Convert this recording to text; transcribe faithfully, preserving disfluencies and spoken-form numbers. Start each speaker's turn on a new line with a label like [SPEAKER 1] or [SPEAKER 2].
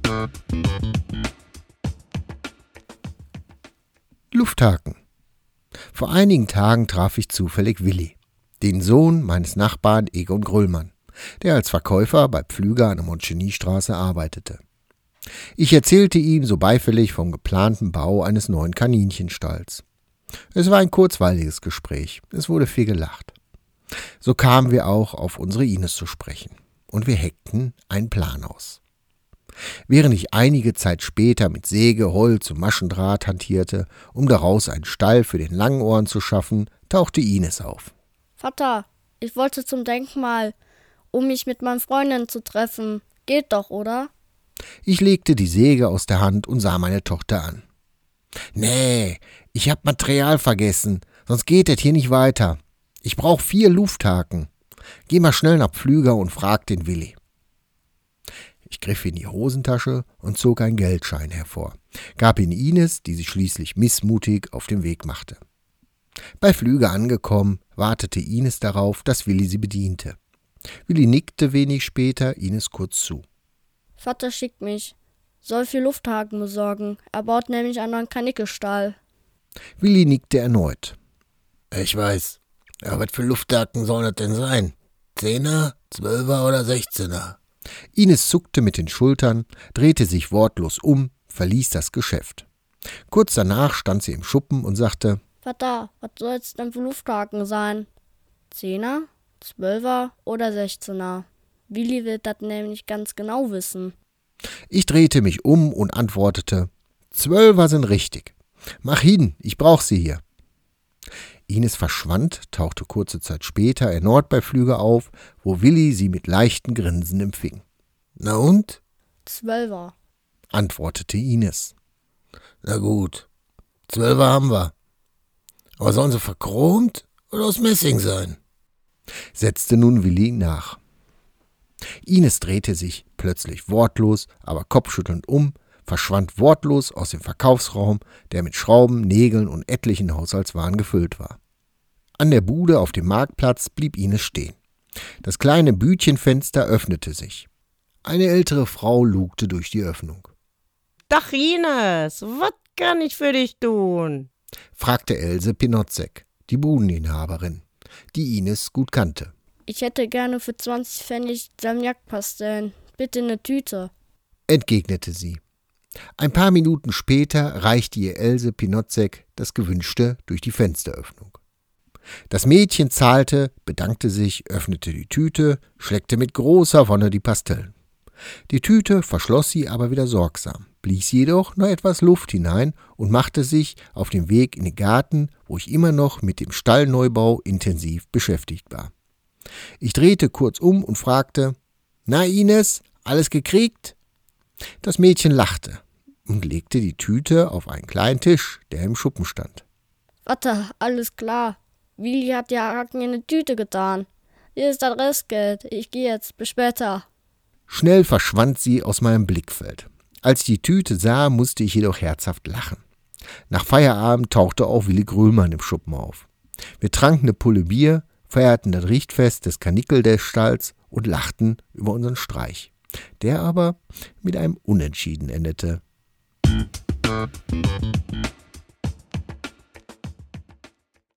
[SPEAKER 1] Lufthaken. Vor einigen Tagen traf ich zufällig Willi, den Sohn meines Nachbarn Egon Gröllmann, der als Verkäufer bei Pflüger an der Montgeniestraße arbeitete. Ich erzählte ihm so beifällig vom geplanten Bau eines neuen Kaninchenstalls. Es war ein kurzweiliges Gespräch, es wurde viel gelacht. So kamen wir auch auf unsere Ines zu sprechen und wir heckten einen Plan aus. Während ich einige Zeit später mit Säge, Holz und Maschendraht hantierte, um daraus einen Stall für den Langenohren zu schaffen, tauchte Ines auf.
[SPEAKER 2] Vater, ich wollte zum Denkmal, um mich mit meinen Freundinnen zu treffen. Geht doch, oder?
[SPEAKER 1] Ich legte die Säge aus der Hand und sah meine Tochter an. Nee, ich hab Material vergessen, sonst geht es hier nicht weiter. Ich brauch vier Lufthaken. Geh mal schnell nach Pflüger und frag den Willi. Ich griff in die Hosentasche und zog einen Geldschein hervor, gab ihn Ines, die sich schließlich missmutig auf den Weg machte. Bei Pflüger angekommen, wartete Ines darauf, dass Willi sie bediente. Willi nickte wenig später Ines kurz zu.
[SPEAKER 2] Vater schickt mich. Soll für Lufthaken besorgen. Er baut nämlich einen neuen Kanickelstall.
[SPEAKER 1] Willi nickte erneut. Ich weiß. Aber was für Lufthaken sollen das denn sein? Zehner, Zwölfer oder Sechzehner? Ines zuckte mit den Schultern, drehte sich wortlos um, verließ das Geschäft. Kurz danach stand sie im Schuppen und sagte:
[SPEAKER 2] Vater, was soll es denn für Lufthaken sein? Zehner, Zwölfer oder Sechzehner? Willi will das nämlich ganz genau wissen.
[SPEAKER 1] Ich drehte mich um und antwortete: Zwölfer sind richtig. Mach hin, ich brauch sie hier. Ines verschwand, tauchte kurze Zeit später erneut bei Pflüger auf, wo Willi sie mit leichten Grinsen empfing. Na und?
[SPEAKER 2] Zwölfer,
[SPEAKER 1] antwortete Ines. Na gut, Zwölfer haben wir. Aber sollen sie verchromt oder aus Messing sein? Setzte nun Willi nach. Ines drehte sich plötzlich wortlos, aber kopfschüttelnd um, verschwand wortlos aus dem Verkaufsraum, der mit Schrauben, Nägeln und etlichen Haushaltswaren gefüllt war. An der Bude auf dem Marktplatz blieb Ines stehen. Das kleine Bütchenfenster öffnete sich. Eine ältere Frau lugte durch die Öffnung.
[SPEAKER 3] »Dach Ines, was kann ich für dich tun?«
[SPEAKER 1] fragte Else Pinotzek, die Budeninhaberin, die Ines gut kannte.
[SPEAKER 2] Ich hätte gerne für zwanzig Pfennig Salmiakpastillen. Bitte eine Tüte«,
[SPEAKER 1] entgegnete sie. Ein paar Minuten später reichte ihr Else Pinotzek das Gewünschte durch die Fensteröffnung. Das Mädchen zahlte, bedankte sich, öffnete die Tüte, schleckte mit großer Wonne die Pastillen. Die Tüte verschloss sie aber wieder sorgsam, blies jedoch noch etwas Luft hinein und machte sich auf den Weg in den Garten, wo ich immer noch mit dem Stallneubau intensiv beschäftigt war. Ich drehte kurz um und fragte: »Na Ines, alles gekriegt?« Das Mädchen lachte und legte die Tüte auf einen kleinen Tisch, der im Schuppen stand.
[SPEAKER 2] Vater, alles klar. Willi hat die Haken in eine Tüte getan. Hier ist das Restgeld. Ich gehe jetzt. Bis später.
[SPEAKER 1] Schnell verschwand sie aus meinem Blickfeld. Als ich die Tüte sah, musste ich jedoch herzhaft lachen. Nach Feierabend tauchte auch Willi Gröllmann im Schuppen auf. Wir tranken eine Pulle Bier, feierten das Richtfest des Kanickel-Stalls und lachten über unseren Streich, der aber mit einem Unentschieden endete.